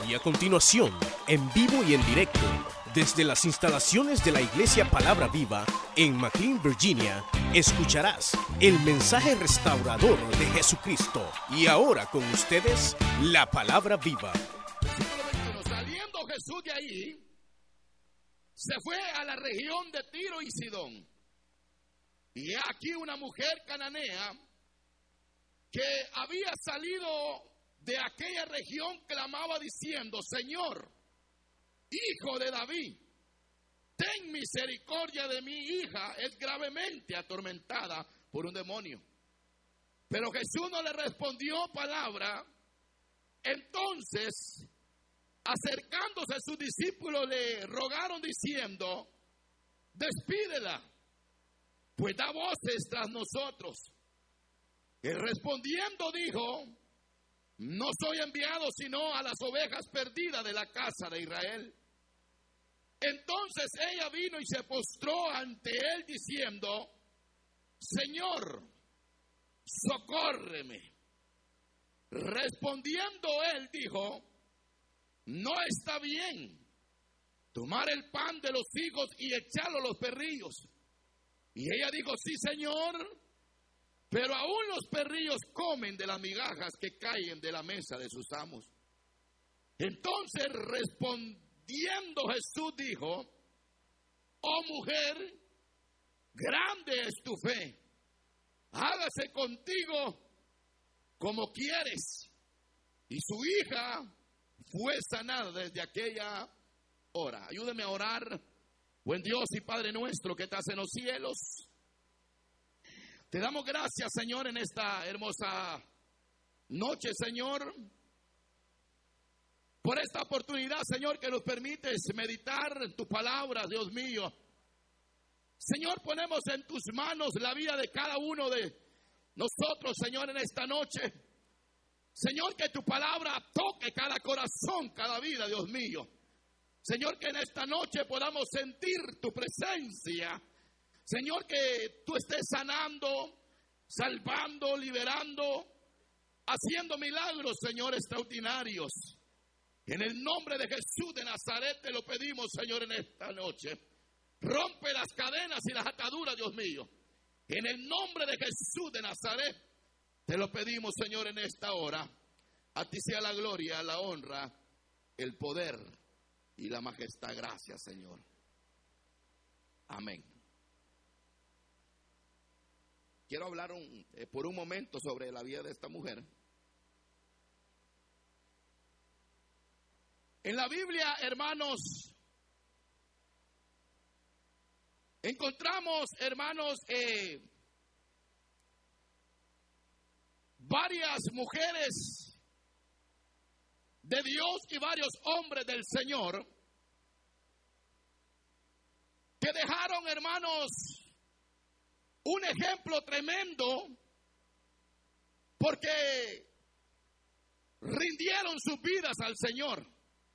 Y a continuación, en vivo y en directo, desde las instalaciones de la Iglesia Palabra Viva en McLean, Virginia, escucharás el mensaje restaurador de Jesucristo. Y ahora con ustedes, la Palabra Viva. Saliendo Jesús de ahí, se fue a la región de Tiro y Sidón. Y aquí una mujer cananea que había salido de aquella región clamaba diciendo: Señor, Hijo de David, ten misericordia de mi hija, es gravemente atormentada por un demonio. Pero Jesús no le respondió palabra. Entonces, acercándose a sus discípulos, le rogaron diciendo: despídela, pues da voces tras nosotros. Y respondiendo dijo: no soy enviado sino a las ovejas perdidas de la casa de Israel. Entonces ella vino y se postró ante él diciendo: Señor, socórreme. Respondiendo él dijo: no está bien tomar el pan de los hijos y echarlo a los perrillos. Y ella dijo: sí, Señor, pero aún los perrillos comen de las migajas que caen de la mesa de sus amos. Entonces respondiendo Jesús dijo: oh mujer, grande es tu fe, hágase contigo como quieres. Y su hija fue sanada desde aquella hora. Ayúdeme a orar. Buen Dios y Padre nuestro que estás en los cielos, te damos gracias, Señor, en esta hermosa noche, Señor, por esta oportunidad, Señor, que nos permites meditar en tu palabra, Dios mío. Señor, ponemos en tus manos la vida de cada uno de nosotros, Señor, en esta noche. Señor, que tu palabra toque cada corazón, cada vida, Dios mío. Señor, que en esta noche podamos sentir tu presencia. Señor, que tú estés sanando, salvando, liberando, haciendo milagros, Señor, extraordinarios. En el nombre de Jesús de Nazaret te lo pedimos, Señor, en esta noche. Rompe las cadenas y las ataduras, Dios mío. En el nombre de Jesús de Nazaret te lo pedimos, Señor, en esta hora. A ti sea la gloria, la honra, el poder y la majestad. Gracias, Señor. Amén. Quiero hablar por un momento sobre la vida de esta mujer. En la Biblia, hermanos, encontramos, hermanos, varias mujeres de Dios y varios hombres del Señor que dejaron, hermanos, un ejemplo tremendo, porque rindieron sus vidas al Señor.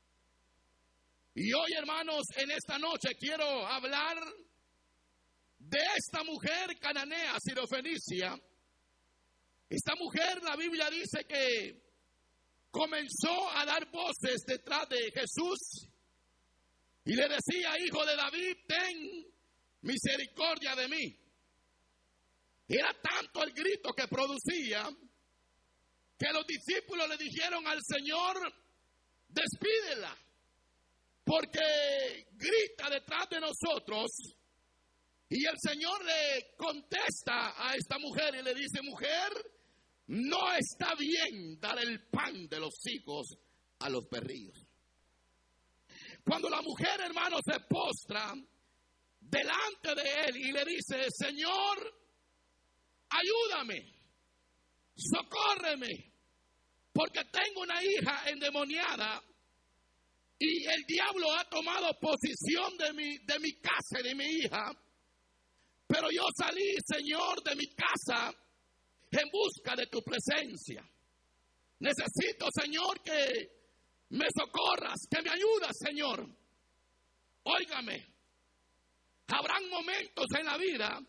Y hoy, hermanos, en esta noche quiero hablar de esta mujer cananea, sirofenicia. Esta mujer, la Biblia dice que comenzó a dar voces detrás de Jesús y le decía: Hijo de David, ten misericordia de mí. Era tanto el grito que producía que los discípulos le dijeron al Señor: despídela, porque grita detrás de nosotros. Y el Señor le contesta a esta mujer y le dice: mujer, no está bien dar el pan de los hijos a los perrillos. Cuando la mujer, hermano, se postra delante de él y le dice: Señor, ayúdame, socórreme, porque tengo una hija endemoniada y el diablo ha tomado posesión de mi casa y de mi hija. Pero yo salí, Señor, de mi casa en busca de tu presencia. Necesito, Señor, que me socorras, que me ayudas, Señor. Óigame, habrán momentos en la vida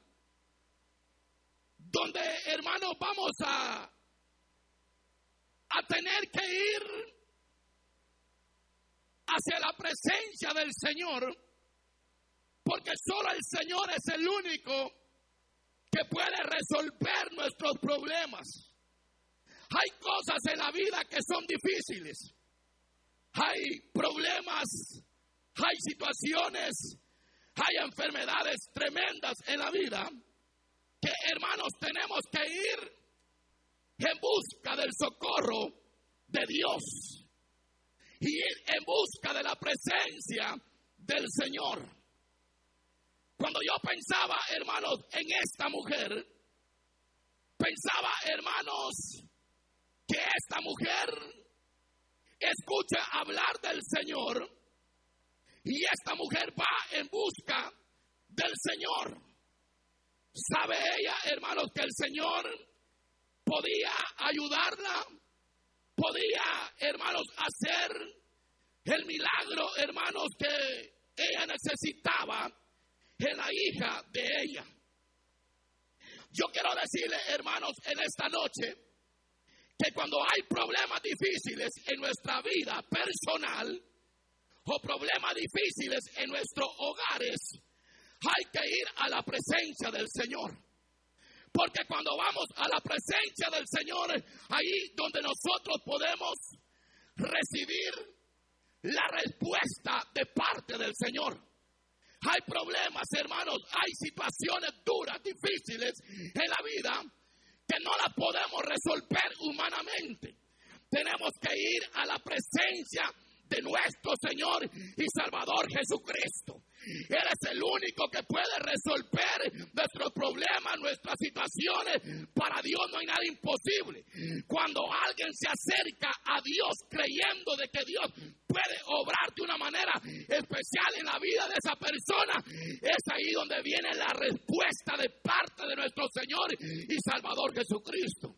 donde, hermanos, vamos a tener que ir hacia la presencia del Señor, porque solo el Señor es el único que puede resolver nuestros problemas. Hay cosas en la vida que son difíciles. Hay problemas, hay situaciones, hay enfermedades tremendas en la vida que, hermanos, tenemos que ir en busca del socorro de Dios y ir en busca de la presencia del Señor. Cuando yo pensaba, hermanos, en esta mujer, pensaba, hermanos, que esta mujer escucha hablar del Señor y esta mujer va en busca del Señor. ¿Sabe ella, hermanos, que el Señor podía ayudarla? Podía, hermanos, hacer el milagro, hermanos, que ella necesitaba en la hija de ella. Yo quiero decirle, hermanos, en esta noche, que cuando hay problemas difíciles en nuestra vida personal o problemas difíciles en nuestros hogares, hay que ir a la presencia del Señor. Porque cuando vamos a la presencia del Señor, ahí donde nosotros podemos recibir la respuesta de parte del Señor. Hay problemas, hermanos, hay situaciones duras, difíciles en la vida que no las podemos resolver humanamente. Tenemos que ir a la presencia de nuestro Señor y Salvador Jesucristo. Él es el único que puede resolver nuestros problemas, nuestras situaciones. Para Dios no hay nada imposible. Cuando alguien se acerca a Dios creyendo de que Dios puede obrar de una manera especial en la vida de esa persona, es ahí donde viene la respuesta de parte de nuestro Señor y Salvador Jesucristo.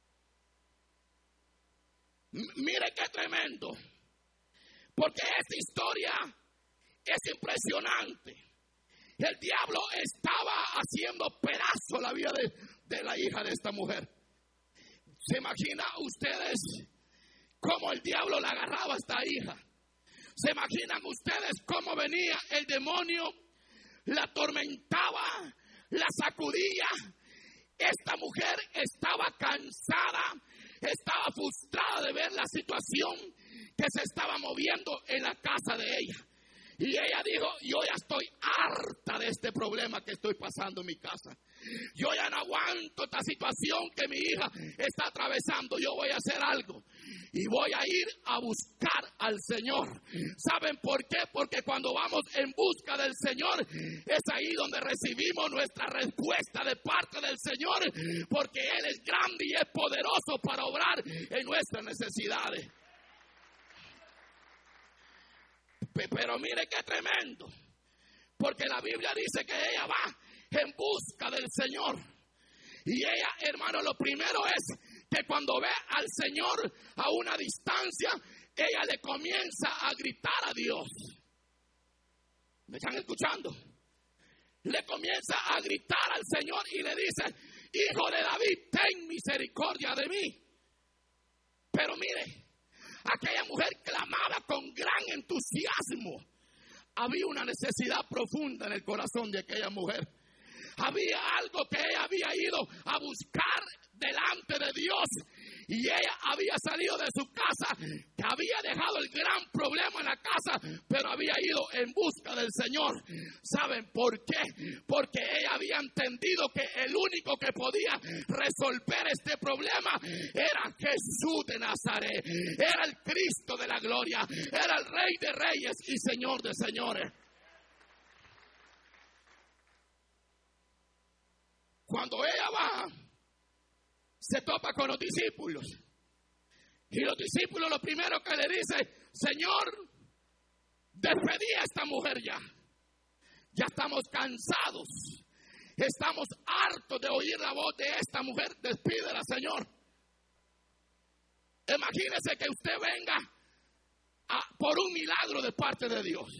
Mire qué tremendo, porque esta historia es impresionante. El diablo estaba haciendo pedazo la vida de la hija de esta mujer. ¿Se imaginan ustedes cómo el diablo la agarraba a esta hija? ¿Se imaginan ustedes cómo venía el demonio, la atormentaba, la sacudía? Esta mujer estaba cansada, estaba frustrada de ver la situación que se estaba moviendo en la casa de ella. Y ella dijo, yo ya estoy harta de este problema que estoy pasando en mi casa. Yo ya no aguanto esta situación que mi hija está atravesando. Yo voy a hacer algo y voy a ir a buscar al Señor. ¿Saben por qué? Porque cuando vamos en busca del Señor, es ahí donde recibimos nuestra respuesta de parte del Señor, porque Él es grande y es poderoso para obrar en nuestras necesidades. Pero mire qué tremendo, porque la Biblia dice que ella va en busca del Señor. Y ella, hermano, lo primero es que cuando ve al Señor a una distancia, ella le comienza a gritar a Dios. ¿Me están escuchando? Le comienza a gritar al Señor y le dice, Hijo de David, ten misericordia de mí. Pero mire, aquella mujer clamaba con gran entusiasmo. Había una necesidad profunda en el corazón de aquella mujer. Había algo que ella había ido a buscar delante de Dios. Y ella había salido de su casa, que había dejado el gran problema en la casa, pero había ido en busca del Señor. ¿Saben por qué? Porque ella había entendido que el único que podía resolver este problema era Jesús de Nazaret. Era el Cristo de la gloria. Era el Rey de reyes y Señor de señores. Cuando ella va, se topa con los discípulos. Y los discípulos lo primero que le dicen, Señor, despedí a esta mujer ya. Ya estamos cansados. Estamos hartos de oír la voz de esta mujer. Despídela, Señor. Imagínese que usted venga por un milagro de parte de Dios.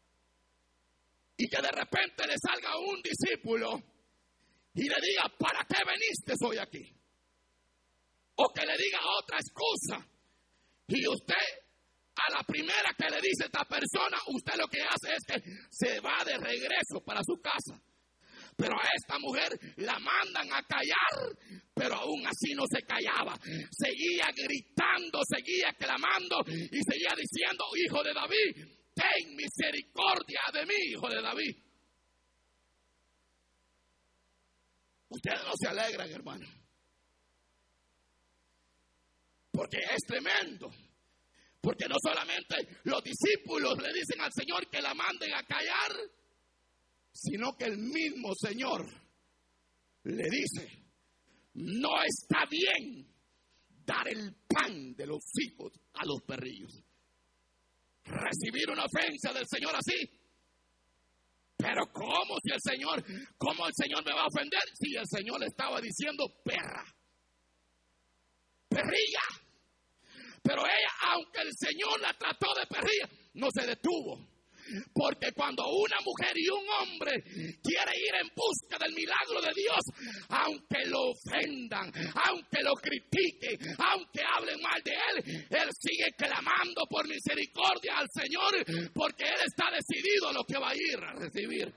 Y que de repente le salga un discípulo y le diga, ¿para qué viniste hoy aquí? O que le diga otra excusa y usted a la la primera que le dice esta persona, usted lo que hace es que se va de regreso para su casa. Pero a esta mujer la mandan a callar, pero aún así no se callaba. Seguía gritando, seguía clamando y seguía diciendo: hijo de David, ten misericordia de mí, hijo de David. Ustedes no se alegran, hermano, porque es tremendo. Porque no solamente los discípulos le dicen al Señor que la manden a callar, sino que el mismo Señor le dice: no está bien dar el pan de los hijos a los perrillos. Recibir una ofensa del Señor así. Pero ¿cómo el Señor me va a ofender si el Señor le estaba diciendo perra, perrilla? Pero ella, aunque el Señor la trató de perrilla, no se detuvo. Porque cuando una mujer y un hombre quiere ir en busca del milagro de Dios, aunque lo ofendan, aunque lo critiquen, aunque hablen mal de él sigue clamando por misericordia al Señor, porque él está decidido a lo que va a ir a recibir.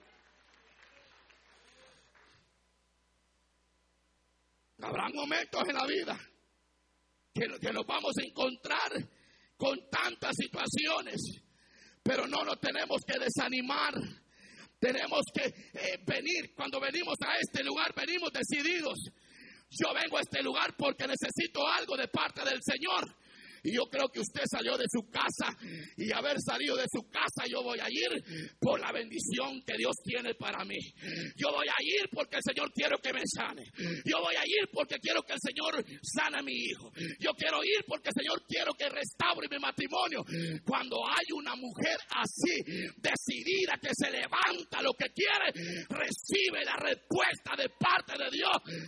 Habrá momentos en la vida que nos vamos a encontrar con tantas situaciones, pero no nos tenemos que desanimar. Tenemos que venir. Cuando venimos a este lugar, venimos decididos. Yo vengo a este lugar porque necesito algo de parte del Señor. Y yo creo que usted salió de su casa, y haber salido de su casa, yo voy a ir por la bendición que Dios tiene para mí. Yo voy a ir porque el Señor quiere que me sane. Yo voy a ir porque quiero que el Señor sane a mi hijo. Yo quiero ir porque el Señor quiero que restaure mi matrimonio. Cuando hay una mujer así, decidida, que se levanta lo que quiere, recibe la respuesta de parte de Dios.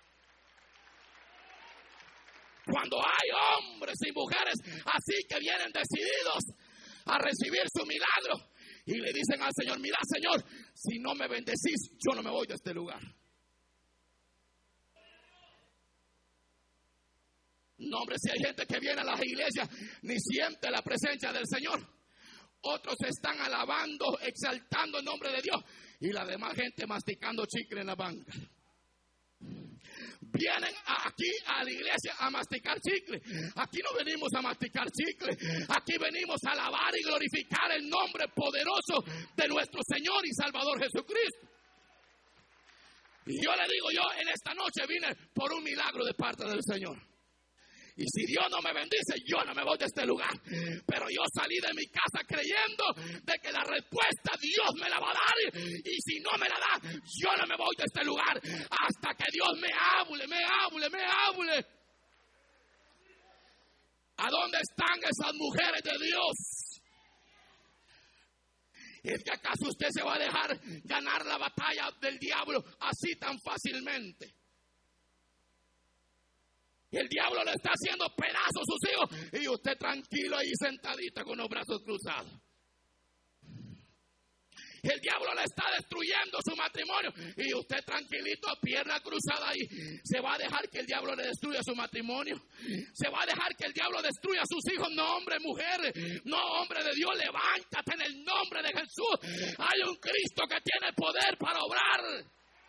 Cuando hay hombres y mujeres así que vienen decididos a recibir su milagro y le dicen al Señor: mira, Señor, si no me bendecís, yo no me voy de este lugar. No, hombre, si hay gente que viene a las iglesias ni siente la presencia del Señor. Otros están alabando, exaltando el nombre de Dios, y la demás gente masticando chicle en la banca. Vienen aquí a la iglesia a masticar chicle. Aquí no venimos a masticar chicle. Aquí venimos a alabar y glorificar el nombre poderoso de nuestro Señor y Salvador Jesucristo. Y yo le digo, yo en esta noche vine por un milagro de parte del Señor. Y si Dios no me bendice, yo no me voy de este lugar. Pero yo salí de mi casa creyendo de que la respuesta Dios me la va a dar. Y si no me la da, yo no me voy de este lugar hasta que Dios me hable. ¿A dónde están esas mujeres de Dios? ¿Es que acaso usted se va a dejar ganar la batalla del diablo así tan fácilmente? Y el diablo le está haciendo pedazos a sus hijos, y usted tranquilo ahí sentadita con los brazos cruzados. El diablo le está destruyendo su matrimonio, y usted tranquilito, pierna cruzada ahí. ¿Se va a dejar que el diablo le destruya su matrimonio? ¿Se va a dejar que el diablo destruya a sus hijos? No, hombre, mujer, no, hombre de Dios, levántate en el nombre de Jesús. Hay un Cristo que tiene poder para obrar.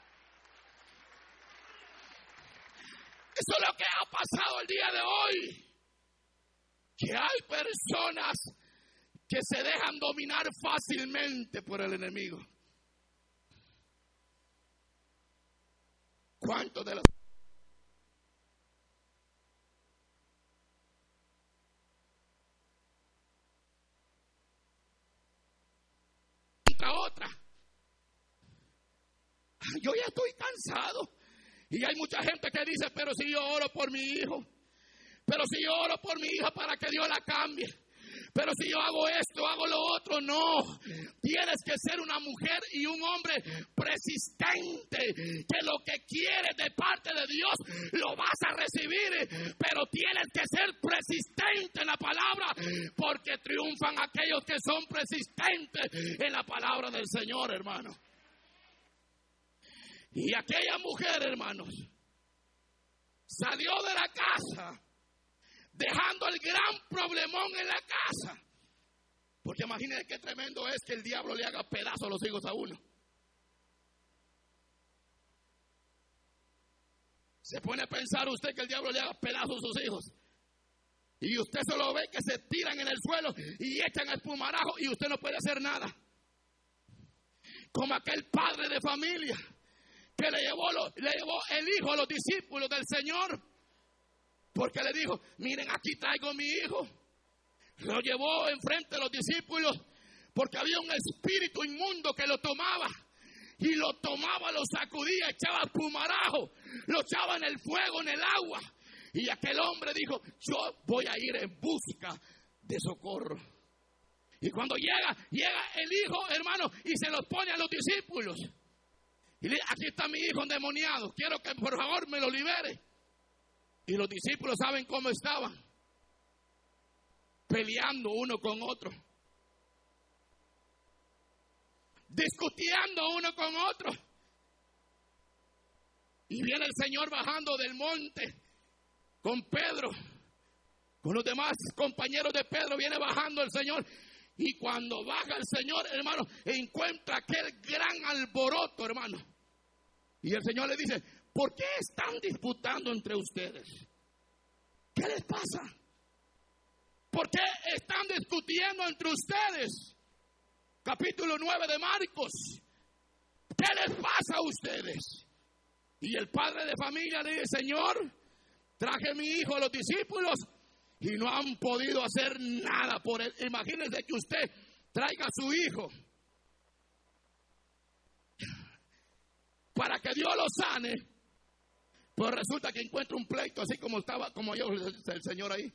Eso es lo que ha pasado el día de hoy. Que hay personas que se dejan dominar fácilmente por el enemigo. ¿Cuántos de los otra? Yo ya estoy cansado. Y hay mucha gente que dice: pero si yo oro por mi hijo, pero si yo oro por mi hija para que Dios la cambie, pero si yo hago esto, hago lo otro. No, tienes que ser una mujer y un hombre persistente, que lo que quieres de parte de Dios lo vas a recibir, pero tienes que ser persistente en la palabra, porque triunfan aquellos que son persistentes en la palabra del Señor, hermano. Y aquella mujer, hermanos, salió de la casa dejando el gran problemón en la casa. Porque imagínense qué tremendo es que el diablo le haga pedazos a los hijos a uno. Se pone a pensar usted que el diablo le haga pedazos a sus hijos. Y usted solo ve que se tiran en el suelo y echan espumarajo y usted no puede hacer nada. Como aquel padre de familia que le llevó el hijo a los discípulos del Señor. Porque le dijo, miren, aquí traigo mi hijo. Lo llevó enfrente de los discípulos porque había un espíritu inmundo que lo tomaba. Y lo tomaba, lo sacudía, echaba espumarajo, lo echaba en el fuego, en el agua. Y aquel hombre dijo, yo voy a ir en busca de socorro. Y cuando llega el hijo, hermano, y se los pone a los discípulos. Y le dice, aquí está mi hijo endemoniado, quiero que por favor me lo libere. Y los discípulos saben cómo estaban. Peleando uno con otro. Discutiendo uno con otro. Y viene el Señor bajando del monte con Pedro, con los demás compañeros de Pedro. Viene bajando el Señor. Y cuando baja el Señor, hermano, encuentra aquel gran alboroto, hermano. Y el Señor le dice, ¿por qué están disputando entre ustedes? ¿Qué les pasa? ¿Por qué están discutiendo entre ustedes? Capítulo 9 de Marcos. ¿Qué les pasa a ustedes? Y el padre de familia le dice, Señor, traje a mi hijo a los discípulos y no han podido hacer nada por él. Imagínense que usted traiga a su hijo para que Dios lo sane, pues resulta que encuentra un pleito así como estaba, como yo, el Señor ahí.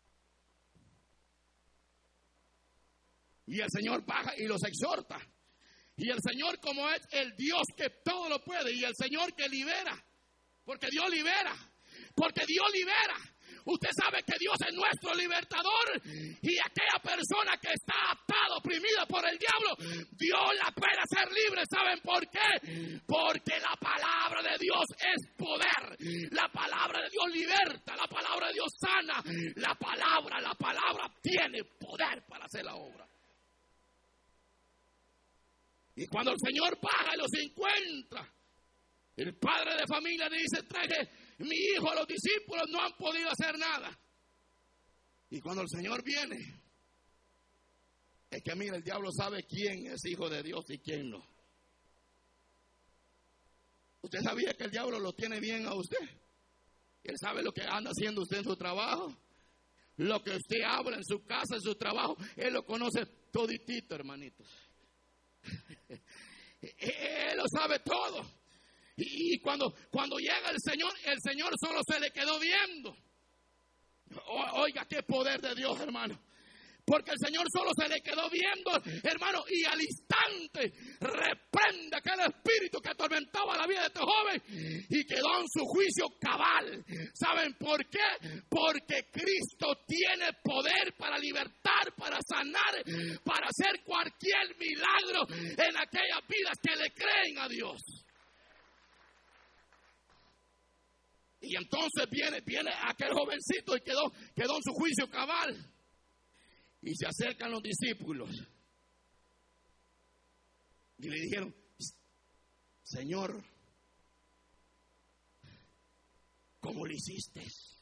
Y el Señor baja y los exhorta. Y el Señor, como es el Dios que todo lo puede, y el Señor que libera, porque Dios libera, porque Dios libera. Usted sabe que Dios es nuestro libertador, y aquella persona que está atada, oprimida por el diablo, Dios la puede hacer libre. ¿Saben por qué? Porque la palabra de Dios es poder. La palabra de Dios liberta, la palabra de Dios sana. La palabra tiene poder para hacer la obra. Y cuando el Señor baja y los encuentra, el padre de familia le dice, traje mi hijo a los discípulos, no han podido hacer nada. Y cuando el Señor viene, es que mira, el diablo sabe quién es hijo de Dios y quién no. ¿Usted sabía que el diablo lo tiene bien a usted? Él sabe lo que anda haciendo usted en su trabajo, lo que usted habla en su casa, en su trabajo. Él lo conoce toditito, hermanitos. Él lo sabe todo. Y cuando llega el Señor solo se le quedó viendo. Oiga, qué poder de Dios, hermano. Porque el Señor solo se le quedó viendo, hermano, y al instante reprende aquel espíritu que atormentaba la vida de este joven y quedó en su juicio cabal. ¿Saben por qué? Porque Cristo tiene poder para libertar, para sanar, para hacer cualquier milagro en aquellas vidas que le creen a Dios. Y entonces viene aquel jovencito y quedó en su juicio cabal. Y se acercan los discípulos y le dijeron, Señor, ¿cómo lo hiciste?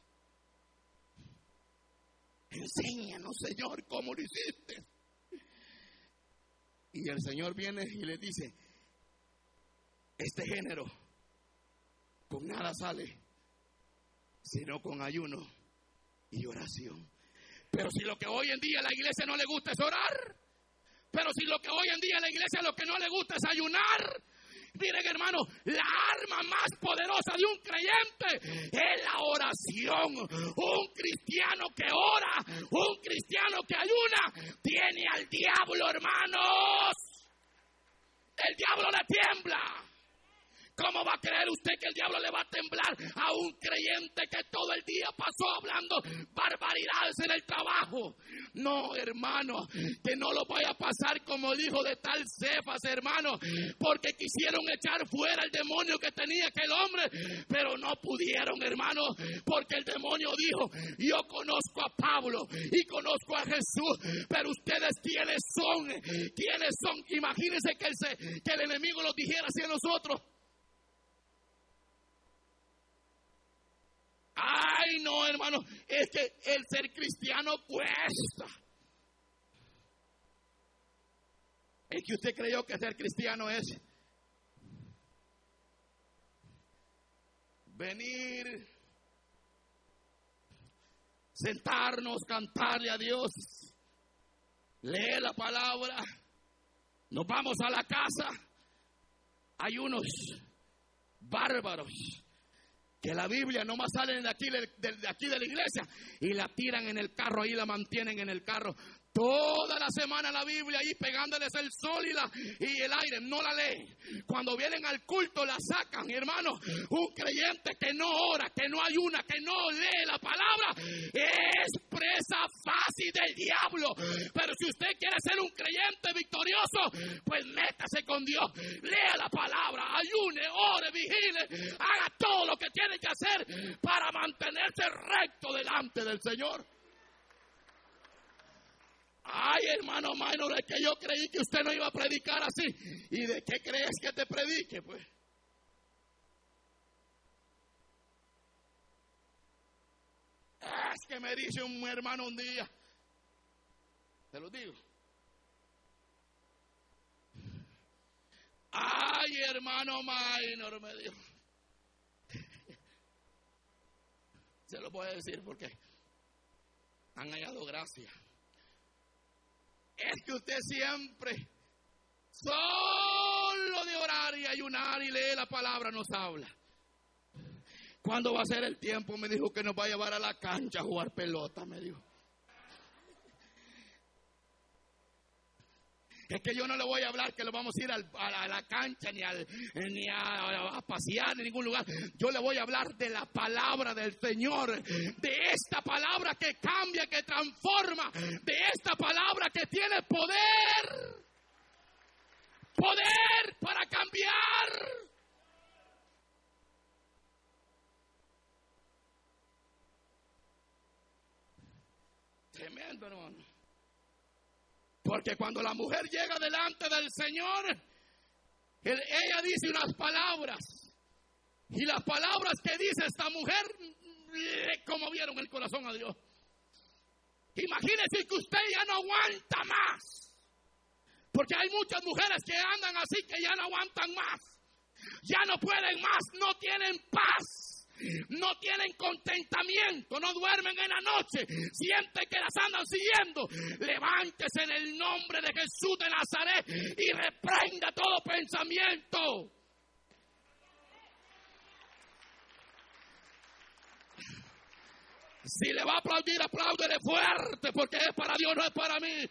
Enséñanos, Señor, ¿cómo lo hiciste? Y el Señor viene y le dice, este género con nada sale, sino con ayuno y oración. Pero si lo que hoy en día a la iglesia no le gusta es orar, pero si lo que hoy en día a la iglesia lo que no le gusta es ayunar, miren, hermano, la arma más poderosa de un creyente es la oración. Un cristiano que ora, un cristiano que ayuna, tiene al diablo, hermanos. El diablo le tiembla. ¿Cómo va a creer usted que el diablo le va a temblar a un creyente que todo el día pasó hablando barbaridades en el trabajo? No, hermano, que no lo vaya a pasar como dijo de tal Cefas, hermano, porque quisieron echar fuera el demonio que tenía aquel hombre, pero no pudieron, hermano, porque el demonio dijo: yo conozco a Pablo y conozco a Jesús, pero ustedes ¿quiénes son? ¿Quiénes son? Imagínense que el enemigo lo dijera así a nosotros. Ay, no, hermano, es que el ser cristiano cuesta. Es que usted creyó que ser cristiano es venir, sentarnos, cantarle a Dios, leer la palabra, nos vamos a la casa. Hay unos bárbaros que la Biblia nomás salen de aquí de la iglesia y la tiran en el carro, ahí la mantienen en el carro. Toda la semana la Biblia ahí pegándoles el sol y el aire, no la leen. Cuando vienen al culto la sacan, hermano. Un creyente que no ora, que no ayuna, que no lee la palabra, es presa fácil del diablo. Pero si usted quiere ser un creyente victorioso, pues métase con Dios, lea la palabra, ayune, ore, vigile, haga todo lo que tiene que hacer para mantenerse recto delante del Señor. Ay, hermano Minor, es que yo creí que usted no iba a predicar así. ¿Y de qué crees que te predique, pues? Es que me dice un hermano un día, te lo digo. Ay, hermano Minor, me dijo. Se lo voy a decir porque han hallado gracia. Es que usted siempre, solo de orar y ayunar y leer la palabra, nos habla. ¿Cuándo va a ser el tiempo? Me dijo que nos va a llevar a la cancha a jugar pelota, me dijo. Es que yo no le voy a hablar que lo vamos a ir a la cancha ni a pasear en ningún lugar. Yo le voy a hablar de la palabra del Señor, de esta palabra que cambia, que transforma, de esta palabra que tiene poder para cambiar. Tremendo, hermano. Porque cuando la mujer llega delante del Señor, ella dice unas palabras. Y las palabras que dice esta mujer le conmovieron el corazón a Dios. Imagínese que usted ya no aguanta más. Porque hay muchas mujeres que andan así, que ya no aguantan más. Ya no pueden más, no tienen paz. No tienen contentamiento, no duermen en la noche, sienten que las andan siguiendo. Levántese en el nombre de Jesús de Nazaret y reprenda todo pensamiento. Si le va a aplaudir, apláudele fuerte, porque es para Dios, no es para mí.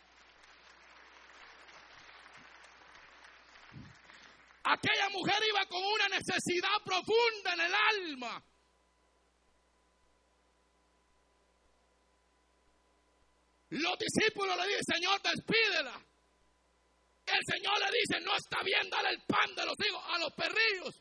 Aquella mujer iba con una necesidad profunda en el alma. Los discípulos le dicen: Señor, despídela. El Señor le dice: no está bien darle el pan de los hijos a los perrillos.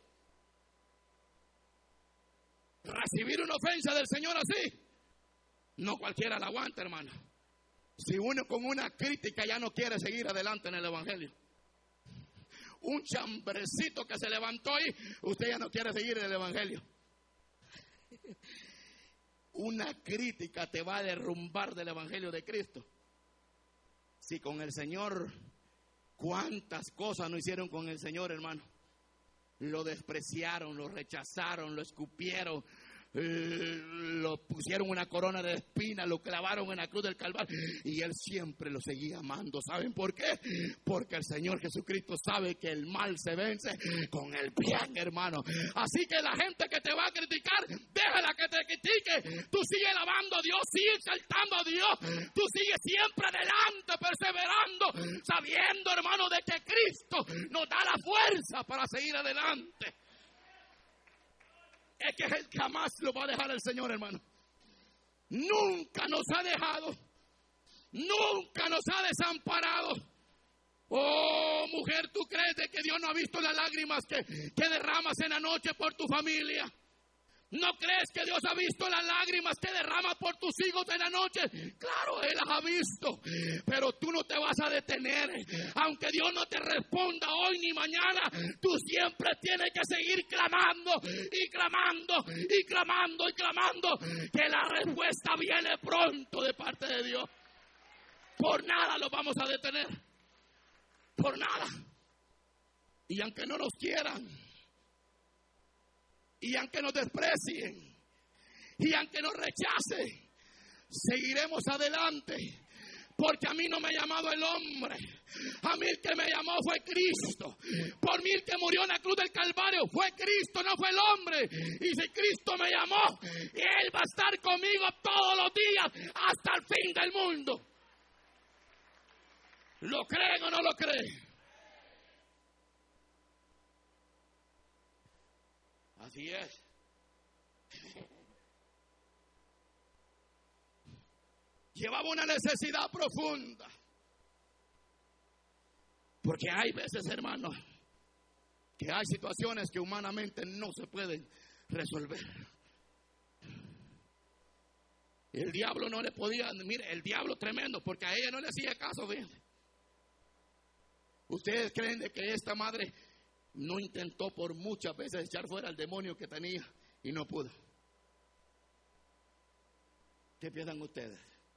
Recibir una ofensa del Señor así, no cualquiera la aguanta, hermano. Si uno con una crítica ya no quiere seguir adelante en el evangelio. Un chambrecito que se levantó ahí, usted ya no quiere seguir en el evangelio. Una crítica te va a derrumbar del evangelio de Cristo. Si con el Señor, cuántas cosas no hicieron con el Señor, hermano. Lo despreciaron, lo rechazaron, lo escupieron, lo pusieron una corona de espinas, lo clavaron en la cruz del Calvario y él siempre lo seguía amando. ¿Saben por qué? Porque el Señor Jesucristo sabe que el mal se vence con el bien, hermano. Así que la gente que te va a criticar, déjala que te critique. Tú sigue alabando a Dios, sigue exaltando a Dios. Tú sigue siempre adelante, perseverando, sabiendo, hermano, de que Cristo Cristo nos da la fuerza para seguir adelante. Es que jamás lo va a dejar el Señor, hermano. Nunca nos ha dejado. Nunca nos ha desamparado. Oh, mujer, ¿tú crees de que Dios no ha visto las lágrimas que derramas en la noche por tu familia? ¿No crees que Dios ha visto las lágrimas que derramas por tus hijos en la noche? Claro, Él las ha visto. Pero tú no te vas a detener. Aunque Dios no te responda hoy ni mañana, tú siempre tienes que seguir clamando y clamando y clamando y clamando, que la respuesta viene pronto de parte de Dios. Por nada lo vamos a detener. Por nada. Y aunque no nos quieran, y aunque nos desprecien, y aunque nos rechacen, seguiremos adelante. Porque a mí no me ha llamado el hombre. A mí el que me llamó fue Cristo. Por mí el que murió en la cruz del Calvario fue Cristo, no fue el hombre. Y si Cristo me llamó, Él va a estar conmigo todos los días hasta el fin del mundo. ¿Lo creen o no lo creen? Así es. Llevaba una necesidad profunda. Porque hay veces, hermano, que hay situaciones que humanamente no se pueden resolver. El diablo no le podía, mire, el diablo tremendo, porque a ella no le hacía caso, fíjense. ¿Ustedes creen de que esta madre no intentó por muchas veces echar fuera al demonio que tenía y no pudo? ¿Qué piensan ustedes?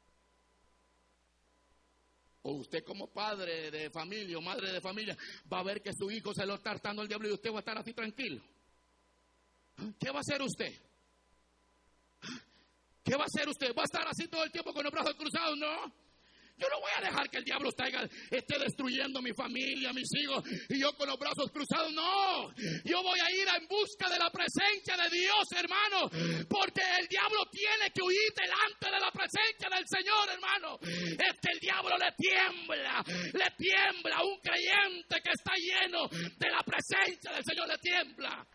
O usted como padre de familia o madre de familia va a ver que su hijo se lo está hartando al diablo y usted va a estar así tranquilo. ¿Qué va a hacer usted? ¿Qué va a hacer usted? ¿Va a estar así todo el tiempo con los brazos cruzados? No. Yo no voy a dejar que el diablo esté destruyendo mi familia, mis hijos, y yo con los brazos cruzados. No, yo voy a ir en busca de la presencia de Dios, hermano, porque el diablo tiene que huir delante de la presencia del Señor, hermano. Es que el diablo le tiembla a un creyente que está lleno de la presencia del Señor, le tiembla.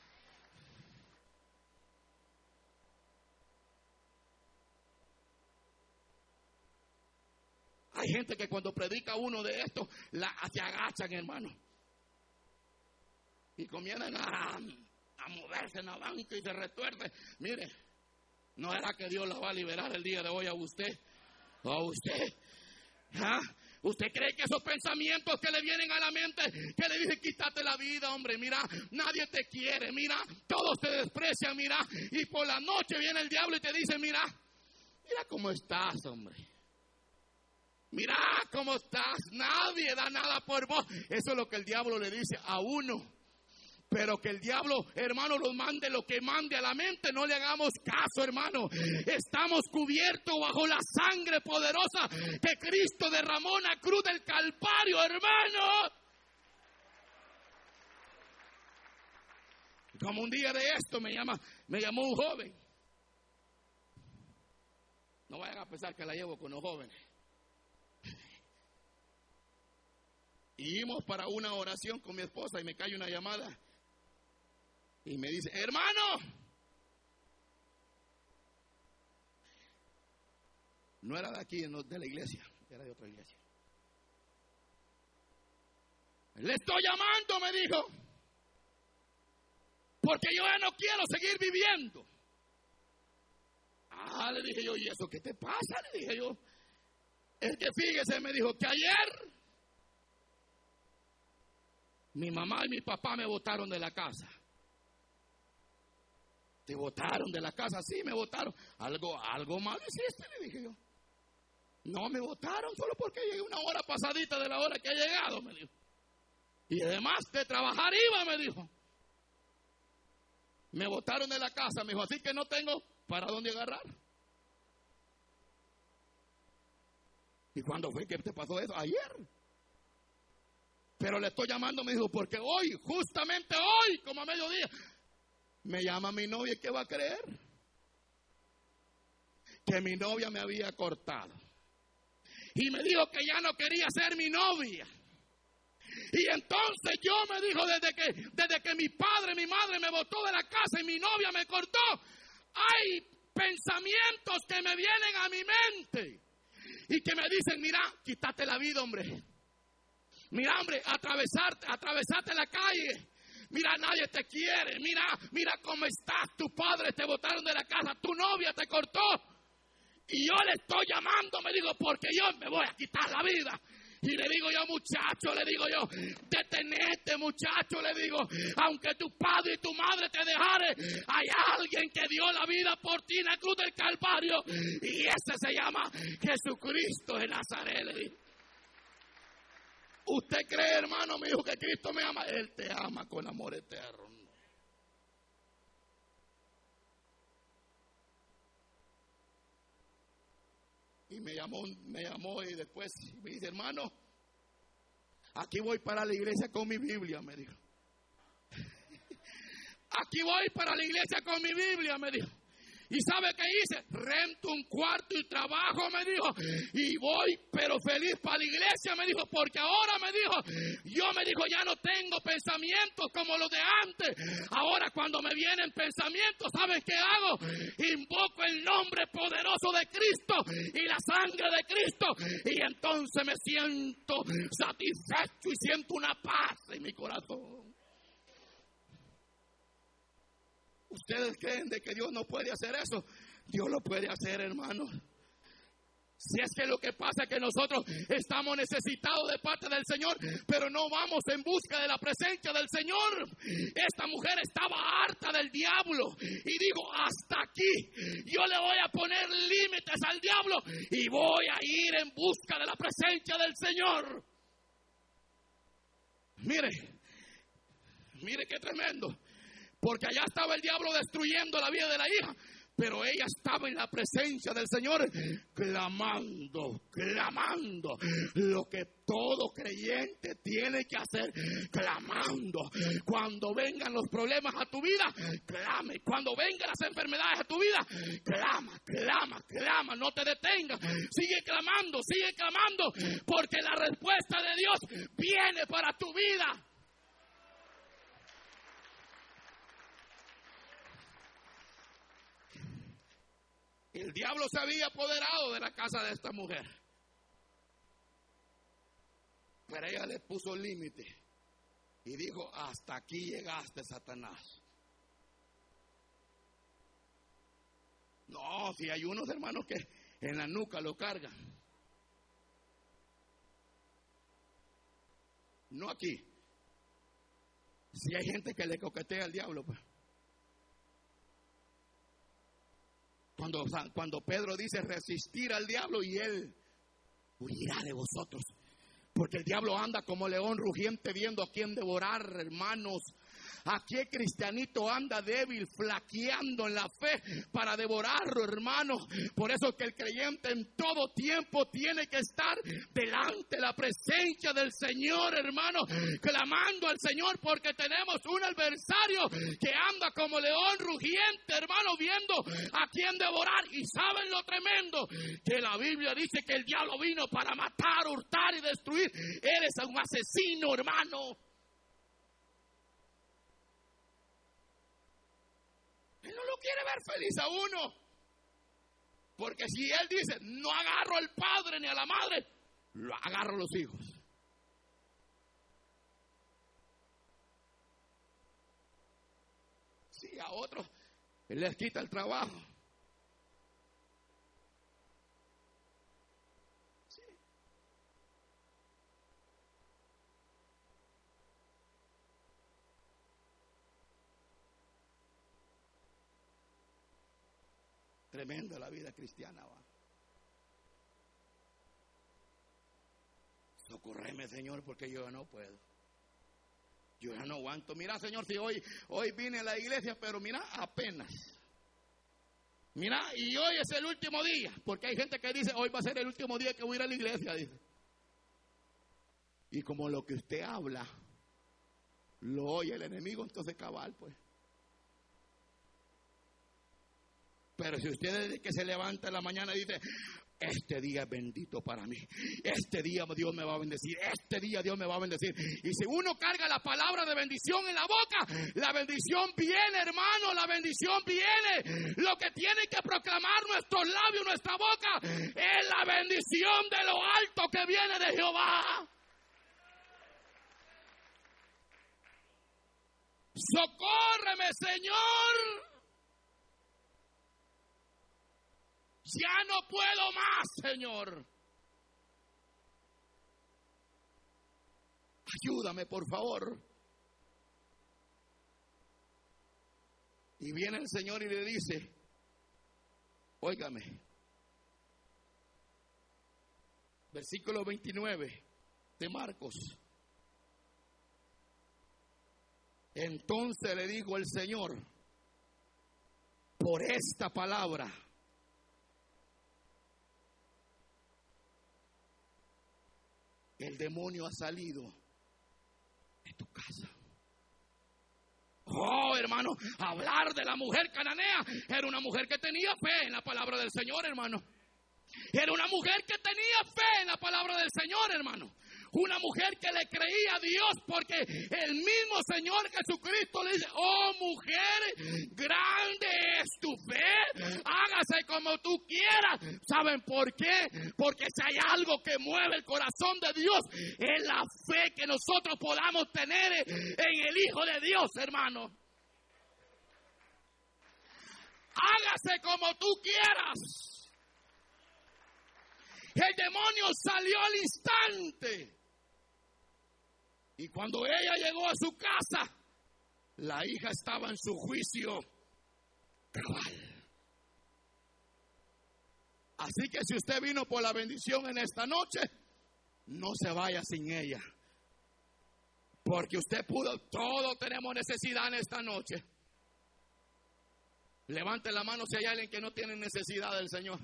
Hay gente que cuando predica uno de estos, se agachan, hermano. Y comienzan a moverse en la banca y se retuercen. Mire, ¿no era que Dios la va a liberar el día de hoy a usted? ¿O a usted? ¿Ah? ¿Usted cree que esos pensamientos que le vienen a la mente, que le dicen quítate la vida, hombre, mira, nadie te quiere, mira, todos te desprecian, mira, y por la noche viene el diablo y te dice, mira cómo estás, hombre. Mira cómo estás, nadie da nada por vos. Eso es lo que el diablo le dice a uno. Pero que el diablo, hermano, nos mande lo que mande a la mente, no le hagamos caso, hermano. Estamos cubiertos bajo la sangre poderosa que Cristo derramó en la cruz del Calvario, hermano. Como un día de esto me llamó un joven. No vayan a pensar que la llevo con los jóvenes. Y íbamos para una oración con mi esposa y me cae una llamada. Y me dice, hermano, no era de aquí, de la iglesia, era de otra iglesia. Le estoy llamando, me dijo, porque yo ya no quiero seguir viviendo. Le dije yo, ¿y eso qué te pasa? Le dije yo, es que fíjese, me dijo, que ayer mi mamá y mi papá me botaron de la casa. ¿Te botaron de la casa? Sí, me botaron. Algo mal hiciste, le dije yo. No, me botaron solo porque llegué una hora pasadita de la hora que he llegado, me dijo. Y además de trabajar iba, me dijo. Me botaron de la casa, me dijo, así que no tengo para dónde agarrar. ¿Y cuándo fue que te pasó eso? Ayer. Pero le estoy llamando, me dijo, porque hoy, justamente hoy, como a mediodía, me llama mi novia. ¿Qué va a creer? Que mi novia me había cortado. Y me dijo que ya no quería ser mi novia. Y entonces yo me dijo, desde que mi padre, mi madre me botó de la casa y mi novia me cortó, hay pensamientos que me vienen a mi mente y que me dicen, mira, quítate la vida, hombre. Mira, hombre, atravesate la calle. Mira, nadie te quiere. Mira cómo estás. Tu padre te botaron de la casa. Tu novia te cortó. Y yo le estoy llamando, me digo, porque yo me voy a quitar la vida. Y le digo yo, muchacho, detenete, muchacho, le digo, aunque tu padre y tu madre te dejaren, hay alguien que dio la vida por ti en la cruz del Calvario. Y ese se llama Jesucristo de Nazaret, le digo. ¿Usted cree, hermano mío, que Cristo me ama? Él te ama con amor eterno. Y me llamó y después me dice, hermano, aquí voy para la iglesia con mi Biblia, me dijo. Aquí voy para la iglesia con mi Biblia, me dijo. ¿Y sabe qué hice? Rento un cuarto y trabajo, me dijo, y voy, pero feliz para la iglesia, me dijo, porque ahora, me dijo, ya no tengo pensamientos como los de antes. Ahora cuando me vienen pensamientos, ¿saben qué hago? Invoco el nombre poderoso de Cristo y la sangre de Cristo, y entonces me siento satisfecho y siento una paz en mi corazón. ¿Ustedes creen de que Dios no puede hacer eso? Dios lo puede hacer, hermano. Si es que lo que pasa es que nosotros estamos necesitados de parte del Señor, pero no vamos en busca de la presencia del Señor. Esta mujer estaba harta del diablo y dijo, hasta aquí, yo le voy a poner límites al diablo y voy a ir en busca de la presencia del Señor. Mire qué tremendo. Porque allá estaba el diablo destruyendo la vida de la hija, pero ella estaba en la presencia del Señor, clamando, lo que todo creyente tiene que hacer, clamando. Cuando vengan los problemas a tu vida, clame. Cuando vengan las enfermedades a tu vida, clama, no te detengas. Sigue clamando, porque la respuesta de Dios viene para tu vida. El diablo se había apoderado de la casa de esta mujer. Pero ella le puso límite y dijo, hasta aquí llegaste, Satanás. No, si hay unos hermanos que en la nuca lo cargan. No aquí. Si hay gente que le coquetea al diablo, pues. Cuando Pedro dice resistir al diablo y él huirá de vosotros. Porque el diablo anda como león rugiente viendo a quién devorar, hermanos. Aquí el cristianito anda débil, flaqueando en la fe para devorarlo, hermano. Por eso que el creyente en todo tiempo tiene que estar delante de la presencia del Señor, hermano, clamando al Señor, porque tenemos un adversario que anda como león rugiente, hermano, viendo a quién devorar. Y saben lo tremendo, que la Biblia dice que el diablo vino para matar, hurtar y destruir. Él es un asesino, hermano. Él no lo quiere ver feliz a uno. Porque si él dice, no agarro al padre ni a la madre, lo agarro a los hijos. Si a otros él les quita el trabajo. Sí. Tremenda la vida cristiana, va. Socórreme, Señor, porque yo no puedo. Yo ya no aguanto. Mira, Señor, si hoy vine a la iglesia, pero mira, apenas. Mira, y hoy es el último día, porque hay gente que dice, hoy va a ser el último día que voy a ir a la iglesia, dice. Y como lo que usted habla, lo oye el enemigo, entonces cabal, pues. Pero si usted desde que se levanta en la mañana dice, este día es bendito para mí. Este día Dios me va a bendecir. Este día Dios me va a bendecir. Y si uno carga la palabra de bendición en la boca, la bendición viene, hermano. La bendición viene. Lo que tiene que proclamar nuestros labios, nuestra boca, es la bendición de lo alto que viene de Jehová. Socórreme, Señor. Ya no puedo más, Señor. Ayúdame, por favor. Y viene el Señor y le dice, óigame, versículo 29 de Marcos. Entonces le dijo el Señor, por esta palabra, el demonio ha salido de tu casa. Oh, hermano, hablar de la mujer cananea. Era una mujer que tenía fe en la palabra del Señor, hermano. Era una mujer que tenía fe en la palabra del Señor, hermano. Una mujer que le creía a Dios, porque el mismo Señor Jesucristo le dice, oh mujer, grande es tu fe, hágase como tú quieras. ¿Saben por qué? Porque si hay algo que mueve el corazón de Dios, es la fe que nosotros podamos tener en el Hijo de Dios, hermano. Hágase como tú quieras. El demonio salió al instante. Y cuando ella llegó a su casa, la hija estaba en su juicio cabal. Así que si usted vino por la bendición en esta noche, no se vaya sin ella. Porque usted pudo, todos tenemos necesidad en esta noche. Levante la mano si hay alguien que no tiene necesidad del Señor.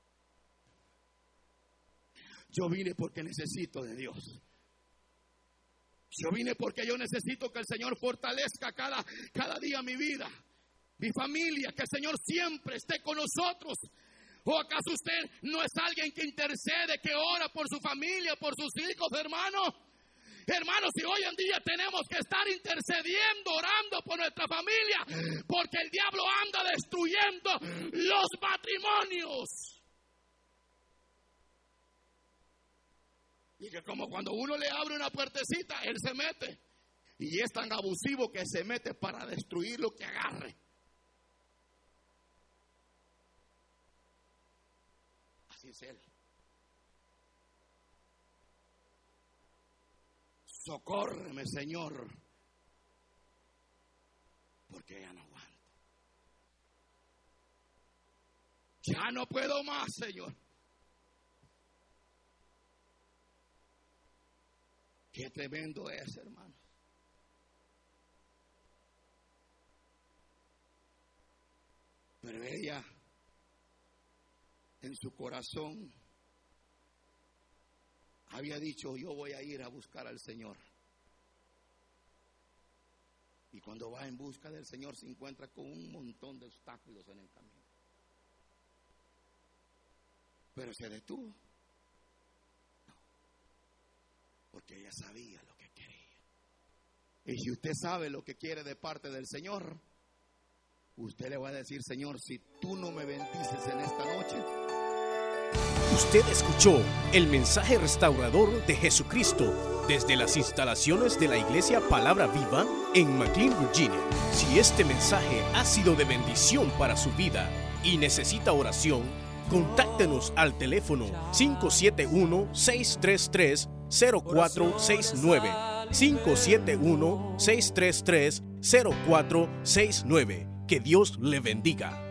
Yo vine porque necesito de Dios. Yo vine porque yo necesito que el Señor fortalezca cada día mi vida, mi familia, que el Señor siempre esté con nosotros. ¿O acaso usted no es alguien que intercede, que ora por su familia, por sus hijos, hermano? Hermanos, si hoy en día tenemos que estar intercediendo, orando por nuestra familia, porque el diablo anda destruyendo los matrimonios. Y que como cuando uno le abre una puertecita, él se mete. Y es tan abusivo que se mete para destruir lo que agarre. Así es él. Socórreme, Señor, porque ya no aguanto. Ya no puedo más, Señor. Qué tremendo es, hermano. Pero ella, en su corazón, había dicho, yo voy a ir a buscar al Señor. Y cuando va en busca del Señor se encuentra con un montón de obstáculos en el camino. Pero se detuvo. No, porque ella sabía lo que quería. Y si usted sabe lo que quiere de parte del Señor, usted le va a decir, Señor, si tú no me bendices en esta noche. Usted escuchó el mensaje restaurador de Jesucristo desde las instalaciones de la Iglesia Palabra Viva en McLean, Virginia. Si este mensaje ha sido de bendición para su vida y necesita oración, contáctenos al teléfono 571-633-0469. 571-633-0469. Que Dios le bendiga.